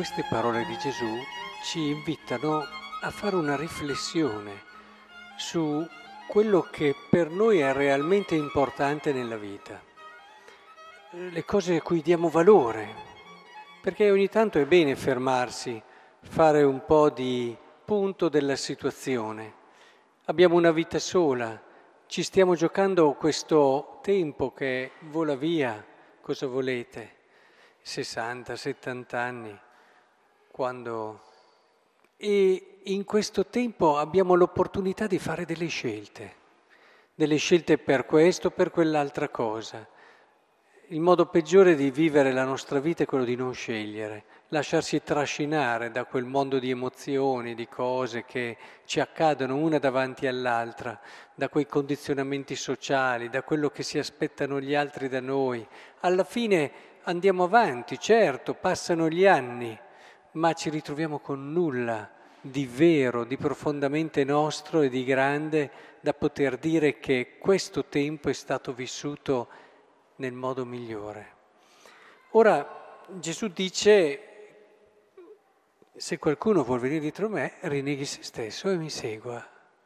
Queste parole di Gesù ci invitano a fare una riflessione su quello che per noi è realmente importante nella vita, le cose a cui diamo valore, perché ogni tanto è bene fermarsi, fare un po' di punto della situazione. Abbiamo una vita sola, ci stiamo giocando questo tempo che vola via, cosa volete? 60, 70 anni, quando... E in questo tempo abbiamo l'opportunità di fare delle scelte per questo, per quell'altra cosa. Il modo peggiore di vivere la nostra vita è quello di non scegliere, lasciarsi trascinare da quel mondo di emozioni, di cose che ci accadono una davanti all'altra, da quei condizionamenti sociali, da quello che si aspettano gli altri da noi. Alla fine andiamo avanti, certo, passano gli anni, ma ci ritroviamo con nulla di vero, di profondamente nostro e di grande da poter dire che questo tempo è stato vissuto nel modo migliore. Ora Gesù dice: se qualcuno vuol venire dietro me, rinneghi se stesso e mi segua.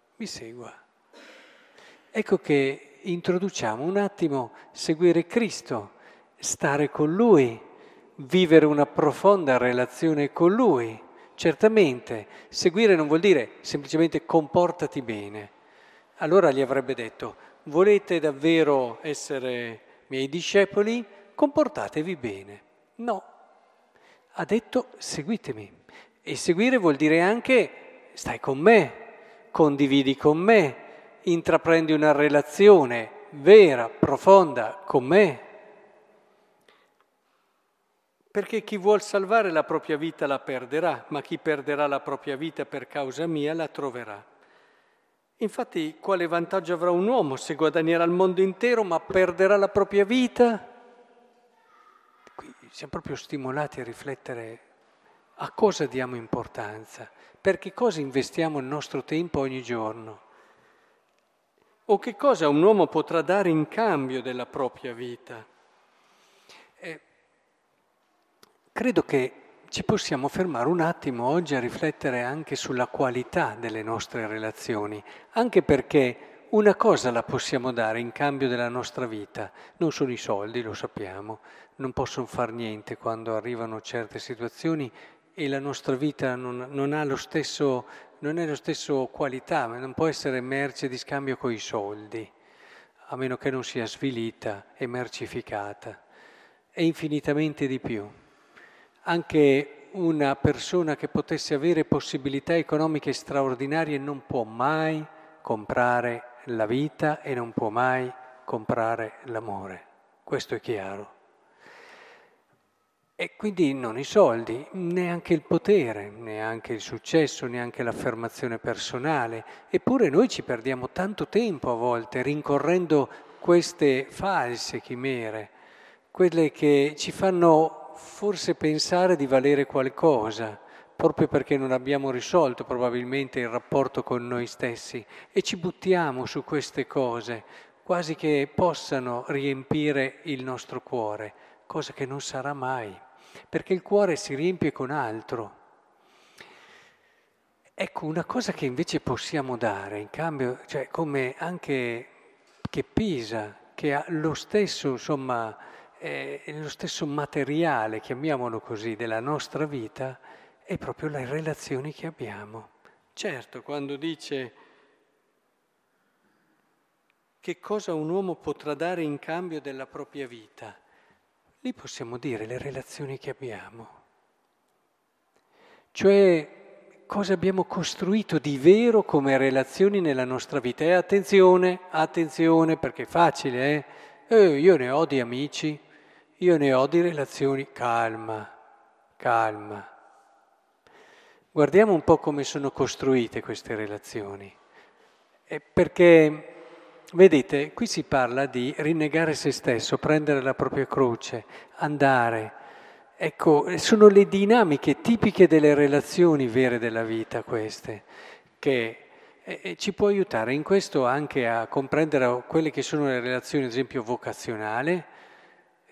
Ecco che introduciamo un attimo seguire Cristo, stare con Lui, vivere una profonda relazione con Lui. Certamente, seguire non vuol dire semplicemente comportati bene. Allora gli avrebbe detto: volete davvero essere miei discepoli? Comportatevi bene. No, ha detto seguitemi. E seguire vuol dire anche stai con me, condividi con me, intraprendi una relazione vera, profonda con me. Perché chi vuol salvare la propria vita la perderà, ma chi perderà la propria vita per causa mia la troverà. Infatti, quale vantaggio avrà un uomo se guadagnerà il mondo intero ma perderà la propria vita? Qui siamo proprio stimolati a riflettere a cosa diamo importanza, per che cosa investiamo il nostro tempo ogni giorno, o che cosa un uomo potrà dare in cambio della propria vita. Credo che ci possiamo fermare un attimo oggi a riflettere anche sulla qualità delle nostre relazioni, anche perché una cosa la possiamo dare in cambio della nostra vita, non sono i soldi, lo sappiamo, non possono far niente quando arrivano certe situazioni e la nostra vita non ha lo stesso, non è lo stesso qualità, non può essere merce di scambio coi soldi, a meno che non sia svilita e mercificata, è infinitamente di più. Anche una persona che potesse avere possibilità economiche straordinarie non può mai comprare la vita e non può mai comprare l'amore. Questo è chiaro. E quindi non i soldi, neanche il potere, neanche il successo, neanche l'affermazione personale. Eppure noi ci perdiamo tanto tempo a volte rincorrendo queste false chimere, quelle che ci fanno forse pensare di valere qualcosa, proprio perché non abbiamo risolto probabilmente il rapporto con noi stessi e ci buttiamo su queste cose, quasi che possano riempire il nostro cuore, cosa che non sarà mai, perché il cuore si riempie con altro. Ecco, una cosa che invece possiamo dare in cambio, cioè come anche che pesa, che ha lo stesso, insomma, lo stesso materiale, chiamiamolo così, della nostra vita, è proprio le relazioni che abbiamo. Certo, quando dice che cosa un uomo potrà dare in cambio della propria vita, lì possiamo dire le relazioni che abbiamo. Cioè, cosa abbiamo costruito di vero come relazioni nella nostra vita. E attenzione, perché è facile, io ne ho di amici, io ne ho di relazioni. Calma. Guardiamo un po' come sono costruite queste relazioni. Perché, vedete, qui si parla di rinnegare se stesso, prendere la propria croce, andare. Ecco, sono le dinamiche tipiche delle relazioni vere della vita queste, che ci può aiutare in questo anche a comprendere quelle che sono le relazioni, ad esempio, vocazionali,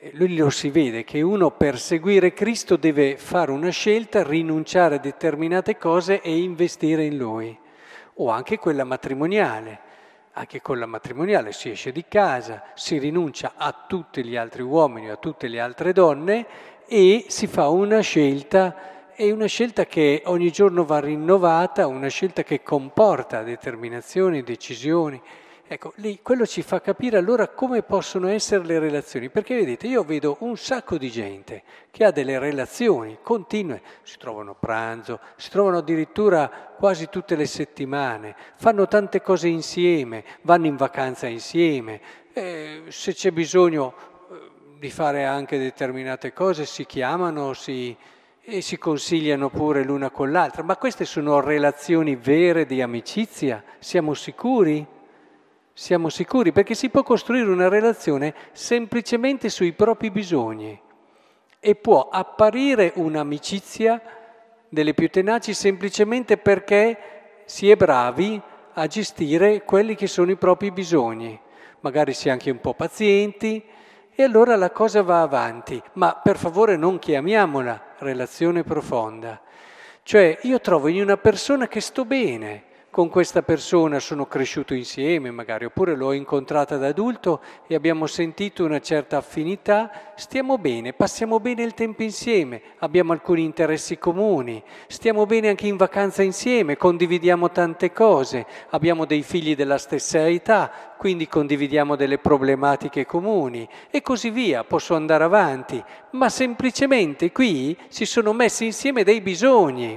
Lui lo si vede che uno per seguire Cristo deve fare una scelta, rinunciare a determinate cose e investire in Lui. O anche quella matrimoniale. Anche con la matrimoniale si esce di casa, si rinuncia a tutti gli altri uomini, a tutte le altre donne e si fa una scelta, e una scelta che ogni giorno va rinnovata, una scelta che comporta determinazioni, decisioni. Ecco, lì quello ci fa capire allora come possono essere le relazioni, perché vedete, io vedo un sacco di gente che ha delle relazioni continue, si trovano a pranzo, si trovano addirittura quasi tutte le settimane, fanno tante cose insieme, vanno in vacanza insieme, se c'è bisogno di fare anche determinate cose si chiamano e si consigliano pure l'una con l'altra, ma queste sono relazioni vere di amicizia, siamo sicuri? Siamo sicuri perché si può costruire una relazione semplicemente sui propri bisogni e può apparire un'amicizia delle più tenaci semplicemente perché si è bravi a gestire quelli che sono i propri bisogni. Magari si è anche un po' pazienti e allora la cosa va avanti, ma per favore non chiamiamola relazione profonda. Cioè io trovo in una persona che sto bene, con questa persona sono cresciuto insieme magari, oppure l'ho incontrata da adulto e abbiamo sentito una certa affinità, stiamo bene, passiamo bene il tempo insieme, abbiamo alcuni interessi comuni, stiamo bene anche in vacanza insieme, condividiamo tante cose, abbiamo dei figli della stessa età, quindi condividiamo delle problematiche comuni e così via, posso andare avanti, ma semplicemente qui si sono messi insieme dei bisogni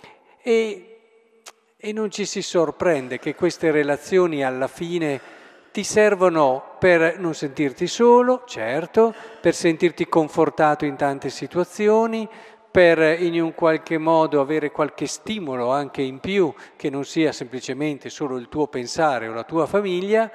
e non ci si sorprende che queste relazioni alla fine ti servono per non sentirti solo, certo, per sentirti confortato in tante situazioni, per in un qualche modo avere qualche stimolo anche in più, che non sia semplicemente solo il tuo pensare o la tua famiglia,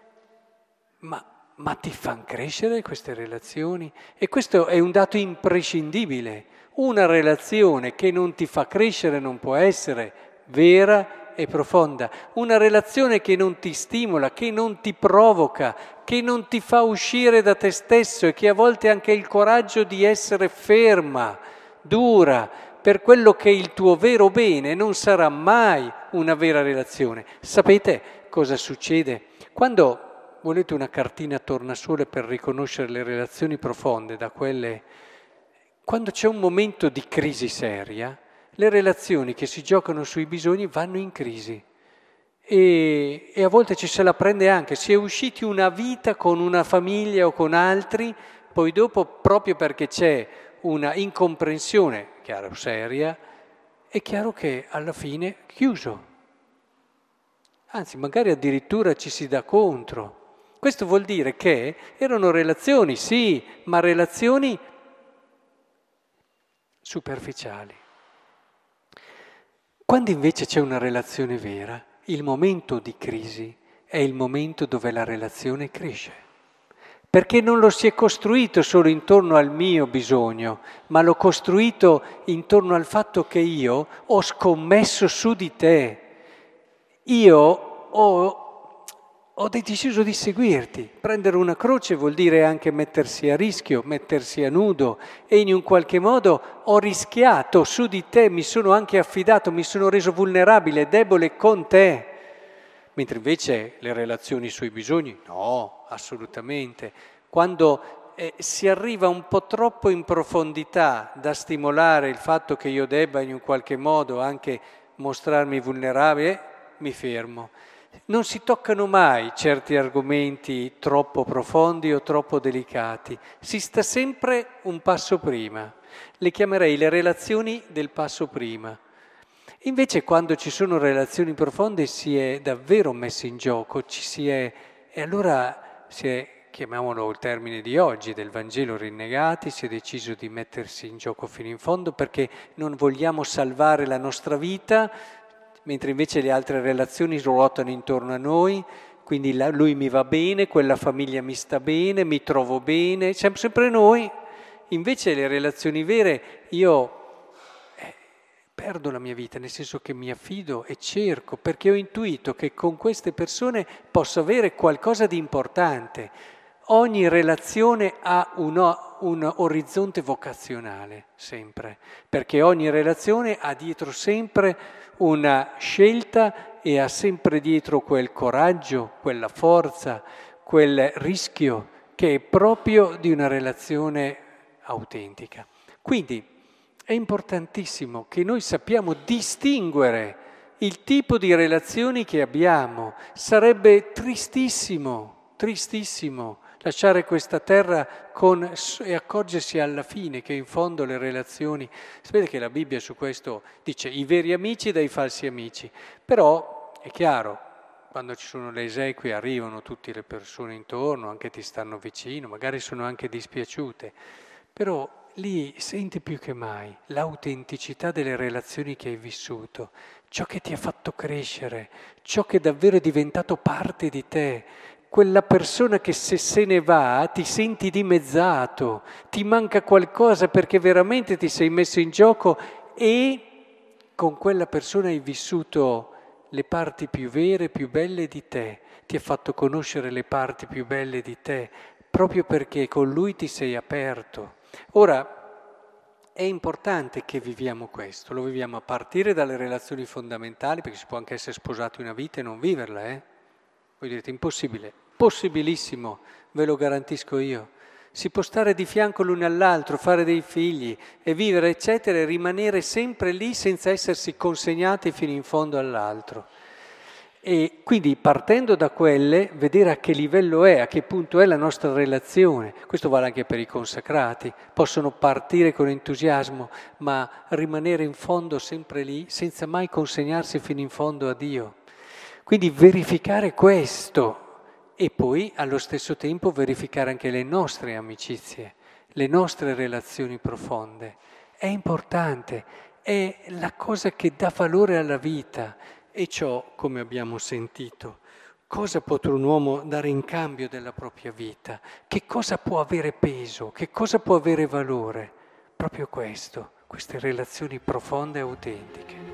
ma ti fanno crescere queste relazioni? E questo è un dato imprescindibile. Una relazione che non ti fa crescere non può essere vera e profonda, una relazione che non ti stimola, che non ti provoca, che non ti fa uscire da te stesso e che a volte ha anche il coraggio di essere ferma, dura, per quello che è il tuo vero bene, non sarà mai una vera relazione. Sapete cosa succede? Quando volete una cartina tornasole per riconoscere le relazioni profonde da quelle, quando c'è un momento di crisi seria, le relazioni che si giocano sui bisogni vanno in crisi e a volte ci se la prende anche. Si è usciti una vita con una famiglia o con altri, poi dopo proprio perché c'è una incomprensione, chiaro, seria, è chiaro che alla fine chiuso. Anzi, magari addirittura ci si dà contro. Questo vuol dire che erano relazioni, sì, ma relazioni superficiali. Quando invece c'è una relazione vera, il momento di crisi è il momento dove la relazione cresce. Perché non lo si è costruito solo intorno al mio bisogno, ma l'ho costruito intorno al fatto che io ho scommesso su di te. Io ho deciso di seguirti. Prendere una croce vuol dire anche mettersi a rischio, mettersi a nudo e in un qualche modo ho rischiato su di te, mi sono anche affidato, mi sono reso vulnerabile, debole con te. Mentre invece le relazioni sui bisogni, no, assolutamente. Quando si arriva un po' troppo in profondità da stimolare il fatto che io debba in un qualche modo anche mostrarmi vulnerabile, mi fermo. Non si toccano mai certi argomenti troppo profondi o troppo delicati, si sta sempre un passo prima. Le chiamerei le relazioni del passo prima. Invece quando ci sono relazioni profonde si è davvero messo in gioco, e allora si è, chiamiamolo il termine di oggi, del Vangelo rinnegati, si è deciso di mettersi in gioco fino in fondo perché non vogliamo salvare la nostra vita, mentre invece le altre relazioni ruotano intorno a noi, quindi lui mi va bene, quella famiglia mi sta bene, mi trovo bene, siamo sempre noi. Invece le relazioni vere io perdo la mia vita, nel senso che mi affido e cerco, perché ho intuito che con queste persone posso avere qualcosa di importante. ogni relazione ha un orizzonte vocazionale, sempre, perché ogni relazione ha dietro sempre una scelta e ha sempre dietro quel coraggio, quella forza, quel rischio che è proprio di una relazione autentica. Quindi è importantissimo che noi sappiamo distinguere il tipo di relazioni che abbiamo. Sarebbe tristissimo lasciare questa terra e accorgersi alla fine che in fondo le relazioni... Sapete che la Bibbia su questo dice i veri amici dai falsi amici, però è chiaro, quando ci sono le esequie arrivano tutte le persone intorno, anche ti stanno vicino, magari sono anche dispiaciute, però lì senti più che mai l'autenticità delle relazioni che hai vissuto, ciò che ti ha fatto crescere, ciò che davvero è diventato parte di te, quella persona che se ne va ti senti dimezzato, ti manca qualcosa perché veramente ti sei messo in gioco e con quella persona hai vissuto le parti più vere, più belle di te, ti ha fatto conoscere le parti più belle di te, proprio perché con lui ti sei aperto. Ora, è importante che viviamo questo, lo viviamo a partire dalle relazioni fondamentali, perché si può anche essere sposati una vita e non viverla, Voi direte, impossibile. Possibilissimo, ve lo garantisco io. Si può stare di fianco l'uno all'altro, fare dei figli e vivere, eccetera, e rimanere sempre lì senza essersi consegnati fino in fondo all'altro. E quindi partendo da quelle, vedere a che livello è, a che punto è la nostra relazione. Questo vale anche per i consacrati. Possono partire con entusiasmo, ma rimanere in fondo sempre lì, senza mai consegnarsi fino in fondo a Dio. Quindi verificare questo e poi allo stesso tempo verificare anche le nostre amicizie, le nostre relazioni profonde. È importante, è la cosa che dà valore alla vita. E ciò, come abbiamo sentito, cosa potrà un uomo dare in cambio della propria vita? Che cosa può avere peso? Che cosa può avere valore? Proprio questo, queste relazioni profonde e autentiche.